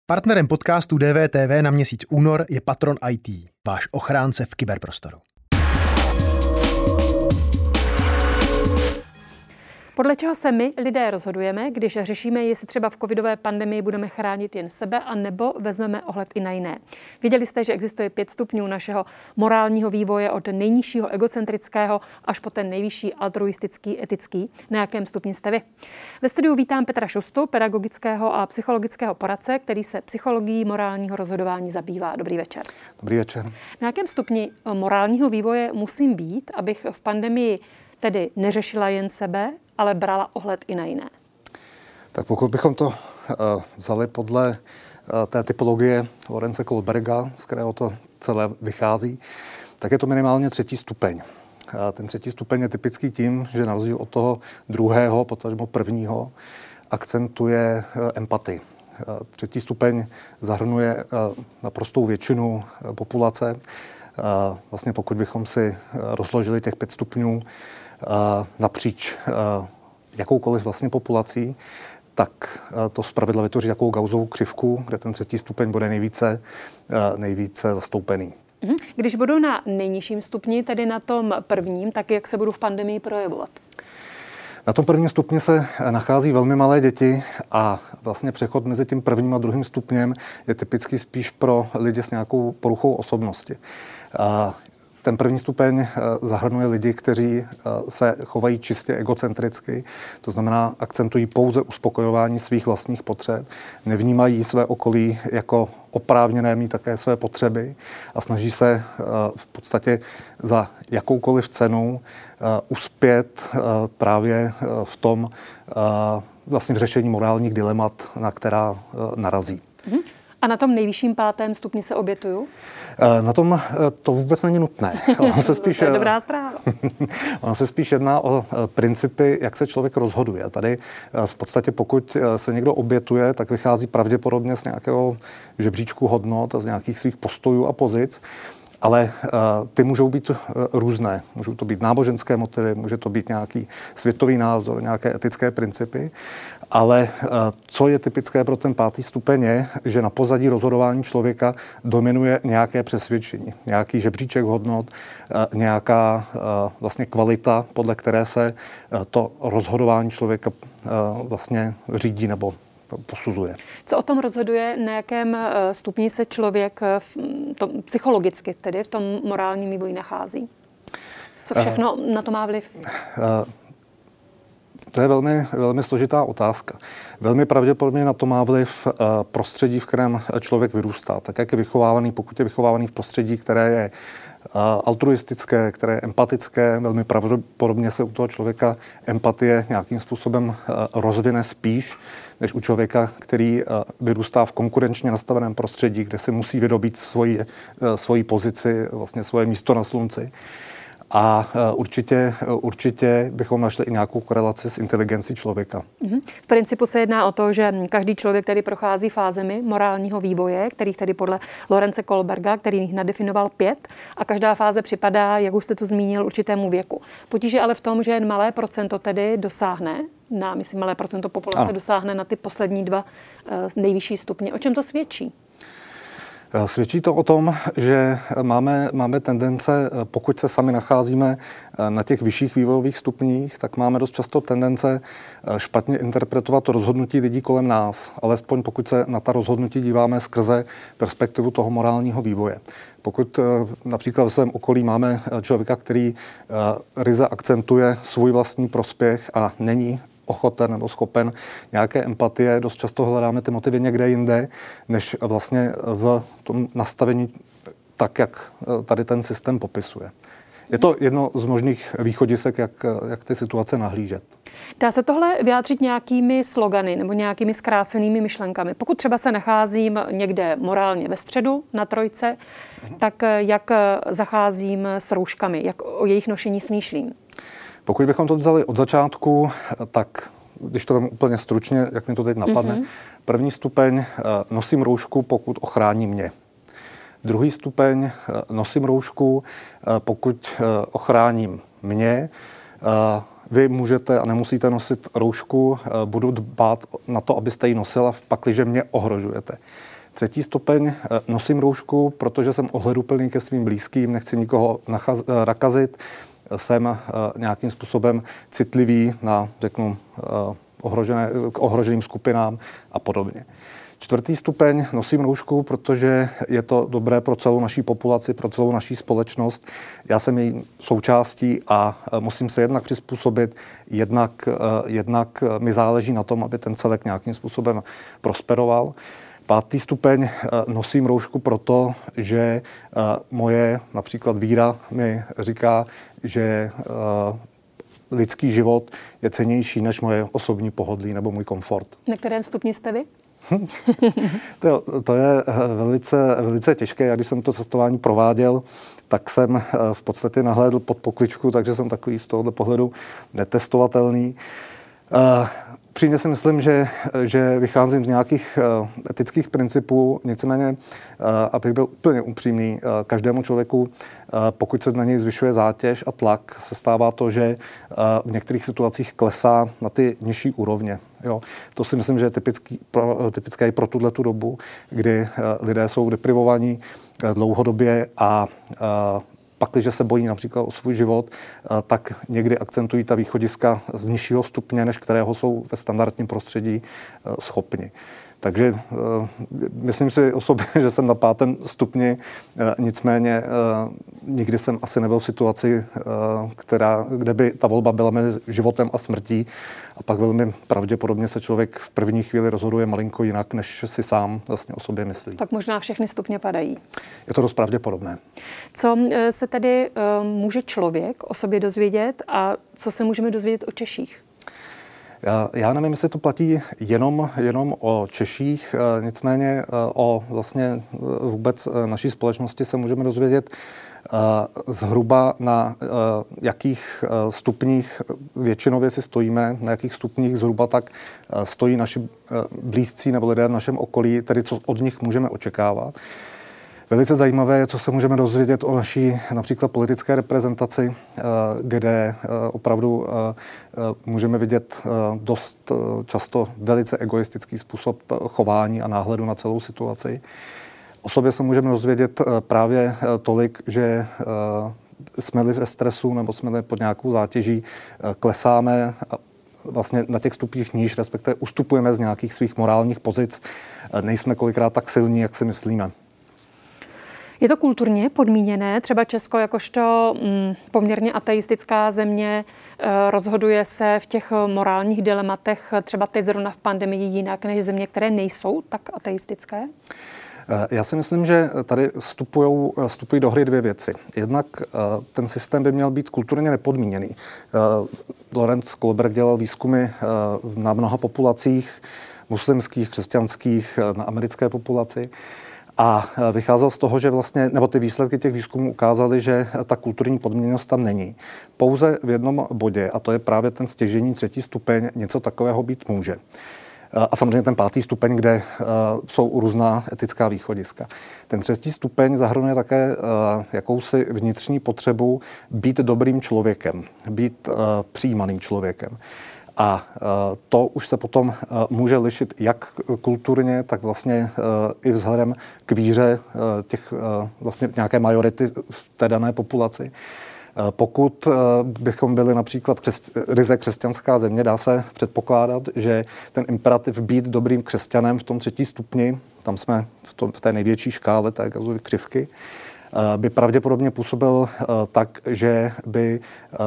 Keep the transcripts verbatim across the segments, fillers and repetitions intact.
Partnerem podcastu D V T V na měsíc únor je Patron í té, váš ochránce v kyberprostoru. Podle čeho se my, lidé, rozhodujeme, když řešíme, jestli třeba v covidové pandemii budeme chránit jen sebe, anebo vezmeme ohled i na jiné. Věděli jste, že existuje pět stupňů našeho morálního vývoje od nejnižšího egocentrického až po ten nejvyšší altruistický, etický. Na jakém stupni jste vy? Ve studiu vítám Petra Šustu, pedagogického a psychologického poradce, který se psychologií morálního rozhodování zabývá. Dobrý večer. Dobrý večer. Na jakém stupni morálního vývoje musím být, abych v pandemii tedy neřešila jen sebe, ale brala ohled i na jiné? Tak pokud bychom to uh, vzali podle uh, té typologie Lorence Kohlberga, z kterého to celé vychází, tak je to minimálně třetí stupeň. Uh, ten třetí stupeň je typický tím, že na rozdíl od toho druhého, potažmo prvního, akcentuje uh, empatii. Uh, třetí stupeň zahrnuje uh, naprostou většinu uh, populace. Uh, vlastně pokud bychom si uh, rozložili těch pět stupňů Uh, napříč uh, jakoukoliv vlastně populací, tak uh, to zpravidla vytvoří takovou Gaussovou křivku, kde ten třetí stupeň bude nejvíce, uh, nejvíce zastoupený. Když budu na nejnižším stupni, tedy na tom prvním, tak jak se budu v pandemii projevovat? Na tom prvním stupni se nachází velmi malé děti a vlastně přechod mezi tím prvním a druhým stupněm je typicky spíš pro lidi s nějakou poruchou osobnosti. Uh, Ten první stupeň zahrnuje lidi, kteří se chovají čistě egocentricky, to znamená akcentují pouze uspokojování svých vlastních potřeb, nevnímají své okolí jako oprávněné mít také své potřeby a snaží se v podstatě za jakoukoliv cenu uspět právě v tom vlastně v řešení morálních dilemat, na která narazí. Mm-hmm. A na tom nejvyšším pátém stupni se obětuju? Na tom to vůbec není nutné. Ono se spíš, to je dobrá zpráva. Ono se spíš jedná o principy, jak se člověk rozhoduje. Tady v podstatě pokud se někdo obětuje, tak vychází pravděpodobně z nějakého žebříčku hodnot a z nějakých svých postojů a pozic. Ale uh, ty můžou být uh, různé. Můžou to být náboženské motivy, může to být nějaký světový názor, nějaké etické principy. Ale uh, co je typické pro ten pátý stupeň je, že na pozadí rozhodování člověka dominuje nějaké přesvědčení, nějaký žebříček hodnot, uh, nějaká uh, vlastně kvalita, podle které se uh, to rozhodování člověka uh, vlastně řídí nebo posuzuje. Co o tom rozhoduje, na jakém stupni se člověk v tom, psychologicky tedy v tom morálním vývoji nachází? Co všechno uh, na to má vliv? Uh, to je velmi, velmi složitá otázka. Velmi pravděpodobně na to má vliv uh, prostředí, v kterém člověk vyrůstá. Tak jak je vychovávaný, pokud je vychovávaný v prostředí, které je uh, altruistické, které je empatické, velmi pravděpodobně se u toho člověka empatie nějakým způsobem uh, rozvine spíš, než u člověka, který uh, vyrůstá v konkurenčně nastaveném prostředí, kde si musí vydobít svoji, uh, svoji pozici, vlastně svoje místo na slunci. A určitě, určitě bychom našli i nějakou korelaci s inteligencí člověka. V principu se jedná o to, že každý člověk tedy prochází fázemi morálního vývoje, kterých tedy podle Lorence Kohlberga, který jich nadefinoval pět, a každá fáze připadá, jak už jste to zmínil, určitému věku. Potíž je ale v tom, že jen malé procento tedy dosáhne, na, myslím, malé procento populace ano. dosáhne na ty poslední dva uh, nejvyšší stupně. O čem to svědčí? Svědčí to o tom, že máme, máme tendence, pokud se sami nacházíme na těch vyšších vývojových stupních, tak máme dost často tendence špatně interpretovat to rozhodnutí lidí kolem nás, alespoň pokud se na ta rozhodnutí díváme skrze perspektivu toho morálního vývoje. Pokud například ve svém okolí máme člověka, který ryze akcentuje svůj vlastní prospěch a není ochoten nebo schopen nějaké empatie, dost často hledáme ty motivy někde jinde, než vlastně v tom nastavení tak, jak tady ten systém popisuje. Je to jedno z možných východisek, jak, jak ty situace nahlížet. Dá se tohle vyjádřit nějakými slogany nebo nějakými zkrácenými myšlenkami? Pokud třeba se nacházím někde morálně ve středu, na trojce, mhm. tak jak zacházím s rouškami, jak o jejich nošení smýšlím? Pokud bychom to vzali od začátku, tak když to vemu úplně stručně, jak mi to teď napadne, mm-hmm. první stupeň nosím roušku, pokud ochrání mě. Druhý stupeň nosím roušku, pokud ochráním mě. Vy můžete a nemusíte nosit roušku, budu dbát na to, abyste ji nosila, pakliže mě ohrožujete. Třetí stupeň, nosím roušku, protože jsem ohleduplný ke svým blízkým, nechci nikoho nachaz- nakazit, jsem nějakým způsobem citlivý na, řeknu, ohrožené, k ohroženým skupinám a podobně. Čtvrtý stupeň, nosím roušku, protože je to dobré pro celou naší populaci, pro celou naší společnost. Já jsem její součástí a musím se jednak přizpůsobit, jednak, jednak mi záleží na tom, aby ten celek nějakým způsobem prosperoval. Pátý stupeň, nosím roušku proto, že moje například víra mi říká, že lidský život je cennější než moje osobní pohodlí nebo můj komfort. Na kterém stupni jste vy? to, to je velice, velice těžké. Já když jsem to cestování prováděl, tak jsem v podstatě nahlédl pod pokličku, takže jsem takový z tohoto pohledu netestovatelný. Upřímně si myslím, že, že vycházím z nějakých uh, etických principů, nicméně, uh, abych byl úplně upřímný, uh, každému člověku, uh, pokud se na něj zvyšuje zátěž a tlak, se stává to, že uh, v některých situacích klesá na ty nižší úrovně. Jo. To si myslím, že je typický, pro, typické i pro tuhletu dobu, kdy uh, lidé jsou deprivovaní uh, dlouhodobě a uh, pak, když se bojí například o svůj život, tak někdy akcentují ta východiska z nižšího stupně, než kterého jsou ve standardním prostředí schopni. Takže uh, myslím si o sobě, že jsem na pátém stupni, uh, nicméně uh, nikdy jsem asi nebyl v situaci, uh, která, kde by ta volba byla mezi životem a smrtí a pak velmi pravděpodobně se člověk v první chvíli rozhoduje malinko jinak, než si sám vlastně o sobě myslí. Tak možná všechny stupně padají. Je to dost pravděpodobné. Co se tedy uh, může člověk o sobě dozvědět a co se můžeme dozvědět o Češích? Já, já nevím, jestli to platí jenom, jenom o Češích, nicméně o vlastně vůbec naší společnosti se můžeme dozvědět zhruba na jakých stupních většinově si stojíme, na jakých stupních zhruba tak stojí naši blízcí nebo lidé v našem okolí, tedy co od nich můžeme očekávat. Velice zajímavé je, co se můžeme dozvědět o naší například politické reprezentaci, kde opravdu můžeme vidět dost často velice egoistický způsob chování a náhledu na celou situaci. O sobě se můžeme dozvědět právě tolik, že jsme-li ve stresu nebo jsme-li pod nějakou zátěží, klesáme vlastně na těch stupních níž, respektive ustupujeme z nějakých svých morálních pozic, nejsme kolikrát tak silní, jak si myslíme. Je to kulturně podmíněné? Třeba Česko jakožto mm, poměrně ateistická země e, rozhoduje se v těch morálních dilematech třeba teď zrovna v pandemii jinak než země, které nejsou tak ateistické? Já si myslím, že tady vstupují, vstupují do hry dvě věci. Jednak ten systém by měl být kulturně nepodmíněný. Lorenz Kohlberg dělal výzkumy na mnoha populacích, muslimských, křesťanských, na americké populaci. A vycházel z toho, že vlastně, nebo ty výsledky těch výzkumů ukázaly, že ta kulturní podmíněnost tam není. Pouze v jednom bodě, a to je právě ten stěžejní třetí stupeň, něco takového být může. A samozřejmě ten pátý stupeň, kde uh, jsou různá etická východiska. Ten třetí stupeň zahrnuje také uh, jakousi vnitřní potřebu být dobrým člověkem, být uh, přijímaným člověkem. A uh, to už se potom uh, může lišit jak kulturně, tak vlastně uh, i vzhledem k víře uh, těch uh, vlastně nějaké majority v té dané populaci. Pokud bychom byli například křesť, ryze křesťanská země, dá se předpokládat, že ten imperativ být dobrým křesťanem v tom třetí stupni, tam jsme v, tom, v té největší škále té Gaussovy křivky, by pravděpodobně působil tak, že by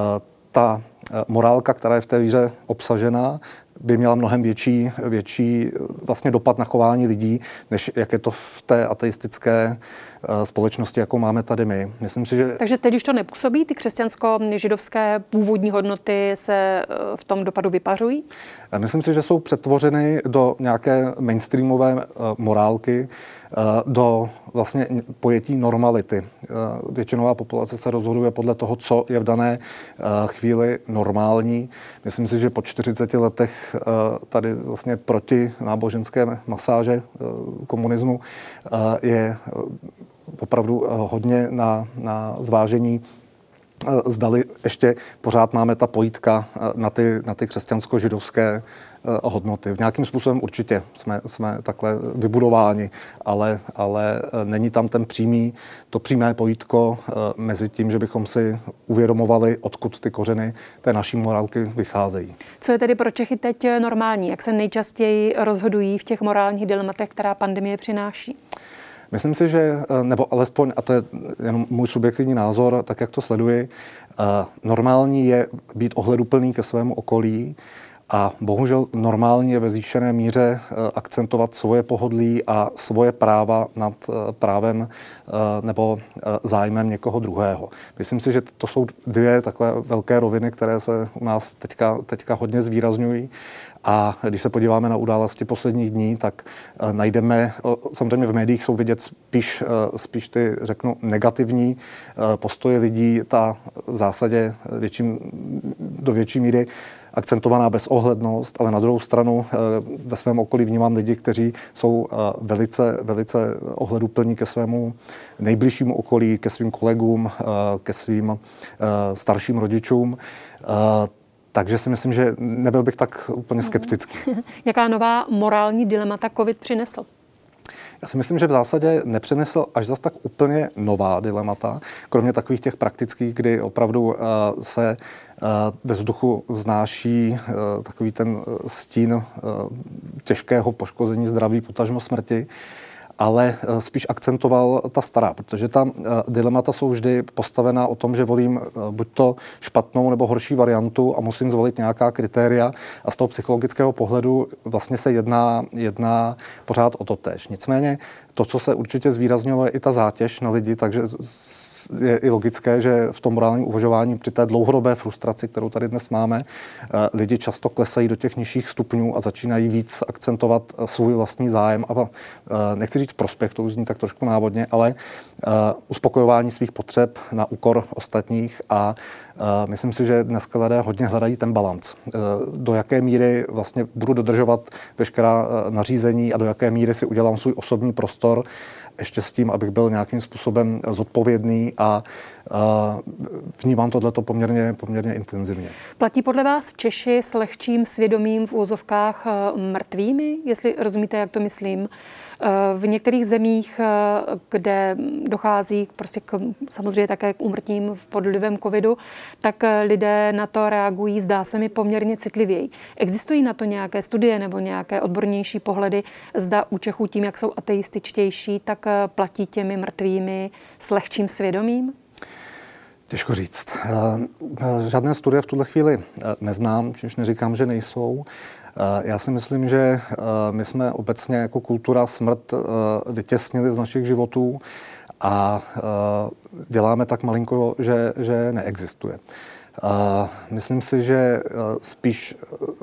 ta morálka, která je v té víře obsažená, by měla mnohem větší, větší vlastně dopad na chování lidí, než jak je to v té ateistické společnosti, jakou máme tady my. Myslím si, že... Takže teď už to nepůsobí? Ty křesťansko-židovské původní hodnoty se v tom dopadu vypařují? Myslím si, že jsou přetvořeny do nějaké mainstreamové morálky, do vlastně pojetí normality. Většinová populace se rozhoduje podle toho, co je v dané chvíli normální. Myslím si, že po čtyřiceti letech tady vlastně proti náboženské masáže komunismu je opravdu hodně na, na zvážení zdali ještě pořád máme ta pojítka na ty, na ty křesťansko-židovské hodnoty. V nějakým způsobem určitě jsme, jsme takhle vybudováni, ale, ale není tam ten přímý, to přímé pojítko mezi tím, že bychom si uvědomovali, odkud ty kořeny té naší morálky vycházejí. Co je tedy pro Čechy teď normální? Jak se nejčastěji rozhodují v těch morálních dilematech, která pandemie přináší? Myslím si, že, nebo alespoň, a to je jenom můj subjektivní názor, tak jak to sleduji, normální je být ohleduplný ke svému okolí a bohužel normální je ve zvýšené míře akcentovat svoje pohodlí a svoje práva nad právem nebo zájmem někoho druhého. Myslím si, že to jsou dvě takové velké roviny, které se u nás teďka, teďka hodně zvýrazňují. A když se podíváme na události posledních dní, tak najdeme, samozřejmě v médiích jsou vidět spíš, spíš ty, řeknu, negativní postoje lidí, ta v zásadě větším, do větší míry akcentovaná bezohlednost, ale na druhou stranu ve svém okolí vnímám lidi, kteří jsou velice, velice ohleduplní ke svému nejbližšímu okolí, ke svým kolegům, ke svým starším rodičům. Takže si myslím, že nebyl bych tak úplně skeptický. Jaká nová morální dilemata COVID přinesl? Já si myslím, že v zásadě nepřinesl až zas tak úplně nová dilemata, kromě takových těch praktických, kdy opravdu uh, se uh, ve vzduchu vznáší uh, takový ten stín uh, těžkého poškození zdraví, potažmo smrti, ale spíš akcentoval ta stará, protože ta dilemata jsou vždy postavená o tom, že volím buď to špatnou nebo horší variantu a musím zvolit nějaká kritéria a z toho psychologického pohledu vlastně se jedná, jedná pořád o to též. Nicméně to, co se určitě zvýraznilo, je i ta zátěž na lidi, takže je i logické, že v tom morálním uvažování při té dlouhodobé frustraci, kterou tady dnes máme, lidi často klesají do těch nižších stupňů a začínají víc akcentovat svůj vlastní zájem a nechci říct prospěch, to už zní tak trošku návodně, ale uh, uspokojování svých potřeb na úkor ostatních a uh, myslím si, že dneska lidé hodně hledají ten balanc. Uh, do jaké míry vlastně budu dodržovat veškerá uh, nařízení a do jaké míry si udělám svůj osobní prostor ještě s tím, abych byl nějakým způsobem zodpovědný a uh, vnímám tohleto poměrně, poměrně intenzivně. Platí podle vás Češi s lehčím svědomím v úvozovkách mrtvými, jestli rozumíte, jak to myslím? V některých zemích, kde dochází prostě k, samozřejmě také k úmrtím v podlivém covidu, tak lidé na to reagují, zdá se mi, poměrně citlivěji. Existují na to nějaké studie nebo nějaké odbornější pohledy, zda u Čechů tím, jak jsou ateističtější, tak platí těmi mrtvými s lehčím svědomím? Těžko říct. Žádné studie v tuhle chvíli neznám, čímž neříkám, že nejsou. Já si myslím, že my jsme obecně jako kultura smrt vytěsnili z našich životů a děláme tak malinko, že, že neexistuje. Myslím si, že spíš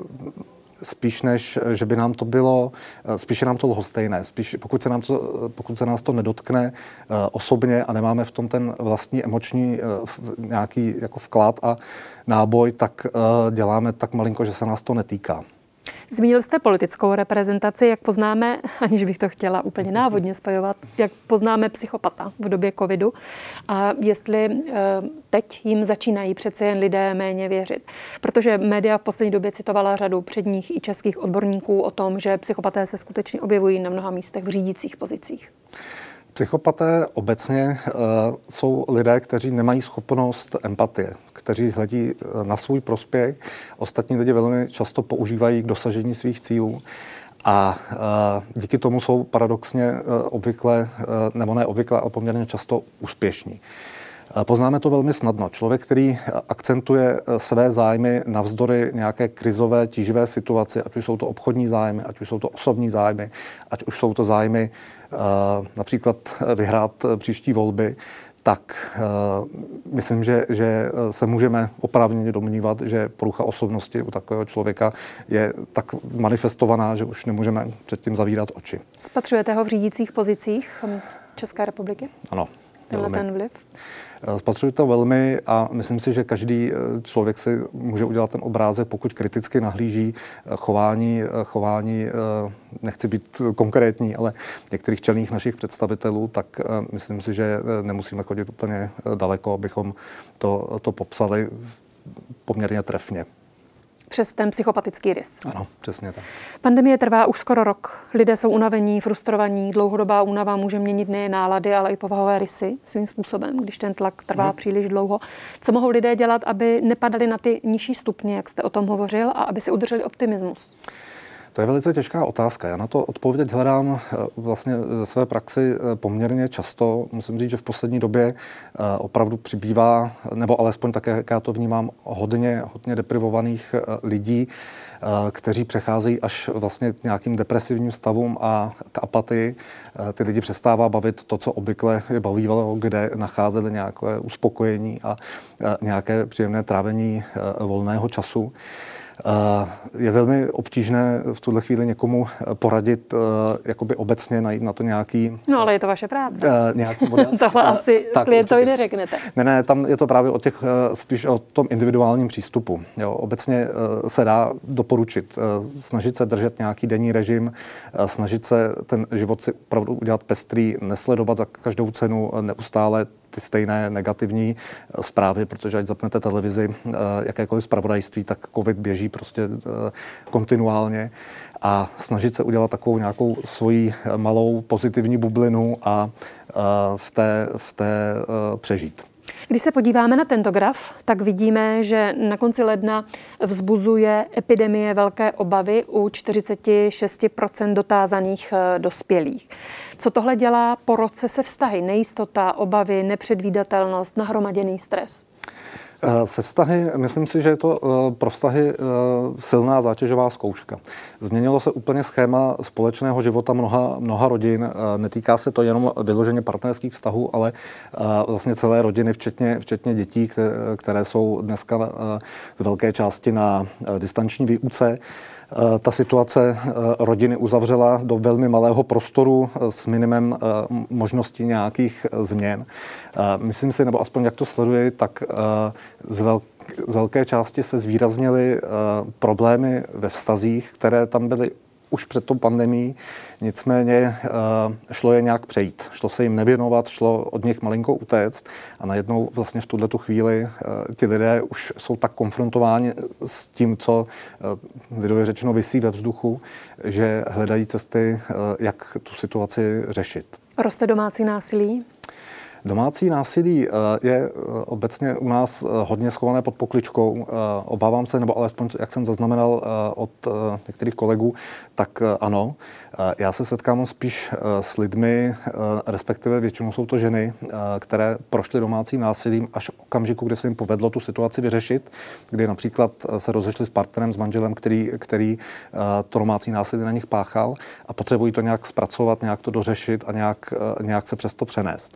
Spíš než, že by nám to bylo, spíš je nám to lhostejné. Spíš, pokud se, nám to, pokud se nás to nedotkne uh, osobně a nemáme v tom ten vlastní emoční uh, nějaký jako vklad a náboj, tak uh, děláme tak malinko, že se nás to netýká. Zmínil jste politickou reprezentaci, jak poznáme, aniž bych to chtěla úplně návodně spojovat, jak poznáme psychopata v době covidu a jestli teď jim začínají přece jen lidé méně věřit. Protože média v poslední době citovala řadu předních i českých odborníků o tom, že psychopaté se skutečně objevují na mnoha místech v řídících pozicích. Psychopaté obecně uh, jsou lidé, kteří nemají schopnost empatie, kteří hledí na svůj prospěch. Ostatní lidi velmi často používají k dosažení svých cílů a uh, díky tomu jsou paradoxně uh, obvykle, uh, nebo ne obvykle, ale poměrně často úspěšní. Poznáme to velmi snadno. Člověk, který akcentuje své zájmy navzdory nějaké krizové, tíživé situaci, ať už jsou to obchodní zájmy, ať už jsou to osobní zájmy, ať už jsou to zájmy uh, například vyhrát příští volby, tak uh, myslím, že, že se můžeme oprávněně domnívat, že porucha osobnosti u takového člověka je tak manifestovaná, že už nemůžeme předtím zavírat oči. Spatřujete ho v řídících pozicích České republiky? Ano. tenhle ten vliv? Spatřuji to velmi a myslím si, že každý člověk si může udělat ten obrázek, pokud kriticky nahlíží chování, chování, nechci být konkrétní, ale některých čelných našich představitelů, tak myslím si, že nemusíme chodit úplně daleko, abychom to, to popsali poměrně trefně. Přes ten psychopatický rys. Ano, přesně tak. Pandemie trvá už skoro rok. Lidé jsou unavení, frustrovaní. Dlouhodobá únava může měnit nejen nálady, ale i povahové rysy svým způsobem, když ten tlak trvá hmm. příliš dlouho. Co mohou lidé dělat, aby nepadali na ty nižší stupně, jak jste o tom hovořil, a aby si udrželi optimismus? To je velice těžká otázka. Já na to odpověď hledám vlastně ze své praxi poměrně často. Musím říct, že v poslední době opravdu přibývá, nebo alespoň také, jak já to vnímám, hodně, hodně deprivovaných lidí, kteří přecházejí až vlastně k nějakým depresivním stavům a k apatii. Ty lidi přestává bavit to, co obvykle je bavívalo, kde nacházeli nějaké uspokojení a nějaké příjemné trávení volného času. Je velmi obtížné v tuhle chvíli někomu poradit, jakoby obecně najít na to nějaký... No, ale je to vaše práce. Uh, nějaký model. Tohle asi klientovi neřeknete. Ne, ne, tam je to právě o těch, spíš o tom individuálním přístupu. Jo, obecně se dá doporučit snažit se držet nějaký denní režim, snažit se ten život si opravdu udělat pestrý, nesledovat za každou cenu neustále ty stejné negativní zprávy, protože ať zapnete televizi, jakékoliv zpravodajství, tak covid běží prostě kontinuálně a snažit se udělat takovou nějakou svoji malou pozitivní bublinu a v té, v té přežít. Když se podíváme na tento graf, tak vidíme, že na konci ledna vzbuzuje epidemie velké obavy u čtyřicet šest procent dotázaných dospělých. Co tohle dělá po roce se vztahy? Nejistota, obavy, nepředvídatelnost, nahromaděný stres? Se vztahy, myslím si, že je to pro vztahy silná zátěžová zkouška. Změnilo se úplně schéma společného života mnoha, mnoha rodin. Netýká se to jenom vyloženě partnerských vztahů, ale vlastně celé rodiny, včetně, včetně dětí, které, které jsou dneska z velké části na distanční výuce. Ta situace rodiny uzavřela do velmi malého prostoru s minimem možností nějakých změn. Myslím si, nebo aspoň jak to sleduji, tak z, velk, z velké části se zvýraznily problémy ve vztazích, které tam byly už před tou pandemií, nicméně šlo je nějak přejít. Šlo se jim nevěnovat, šlo od nich malinko utéct a najednou vlastně v tuhletu chvíli ti lidé už jsou tak konfrontováni s tím, co lidově řečeno visí ve vzduchu, že hledají cesty, jak tu situaci řešit. Roste domácí násilí? Domácí násilí je obecně u nás hodně schované pod pokličkou. Obávám se, nebo alespoň, jak jsem zaznamenal od některých kolegů, tak ano. Já se setkám spíš s lidmi, respektive většinou jsou to ženy, které prošly domácím násilím až v okamžiku, kdy se jim povedlo tu situaci vyřešit, kdy například se rozešli s partnerem, s manželem, který, který to domácí násilí na nich páchal a potřebují to nějak zpracovat, nějak to dořešit a nějak, nějak se přes to přenést.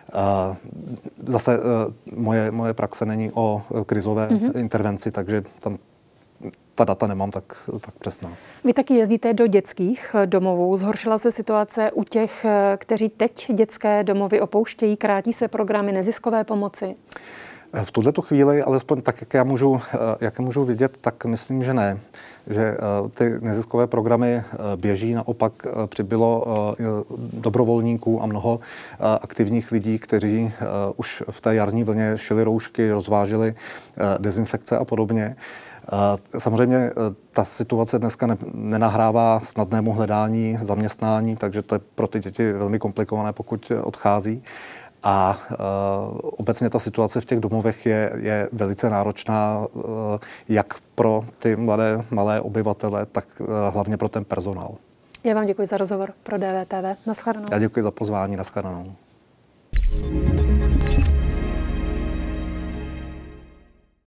Zase moje, moje praxe není o krizové mm-hmm. intervenci, takže tam ta data nemám tak, tak přesná. Vy taky jezdíte do dětských domovů. Zhoršila se situace u těch, kteří teď dětské domovy opouštějí? Krátí se programy neziskové pomoci? V tuhletu chvíli, alespoň tak, jak já můžu, jak já můžu vidět, tak myslím, že ne. Že ty neziskové programy běží, naopak přibylo dobrovolníků a mnoho aktivních lidí, kteří už v té jarní vlně šili roušky, rozvážili dezinfekce a podobně. Samozřejmě ta situace dneska ne, nenahrává snadnému hledání zaměstnání, takže to je pro ty děti velmi komplikované, pokud odchází. A uh, obecně ta situace v těch domovech je, je velice náročná uh, jak pro ty mladé, malé obyvatele, tak uh, hlavně pro ten personál. Já vám děkuji za rozhovor pro D V T V. Naschledanou. Já děkuji za pozvání. Naschledanou.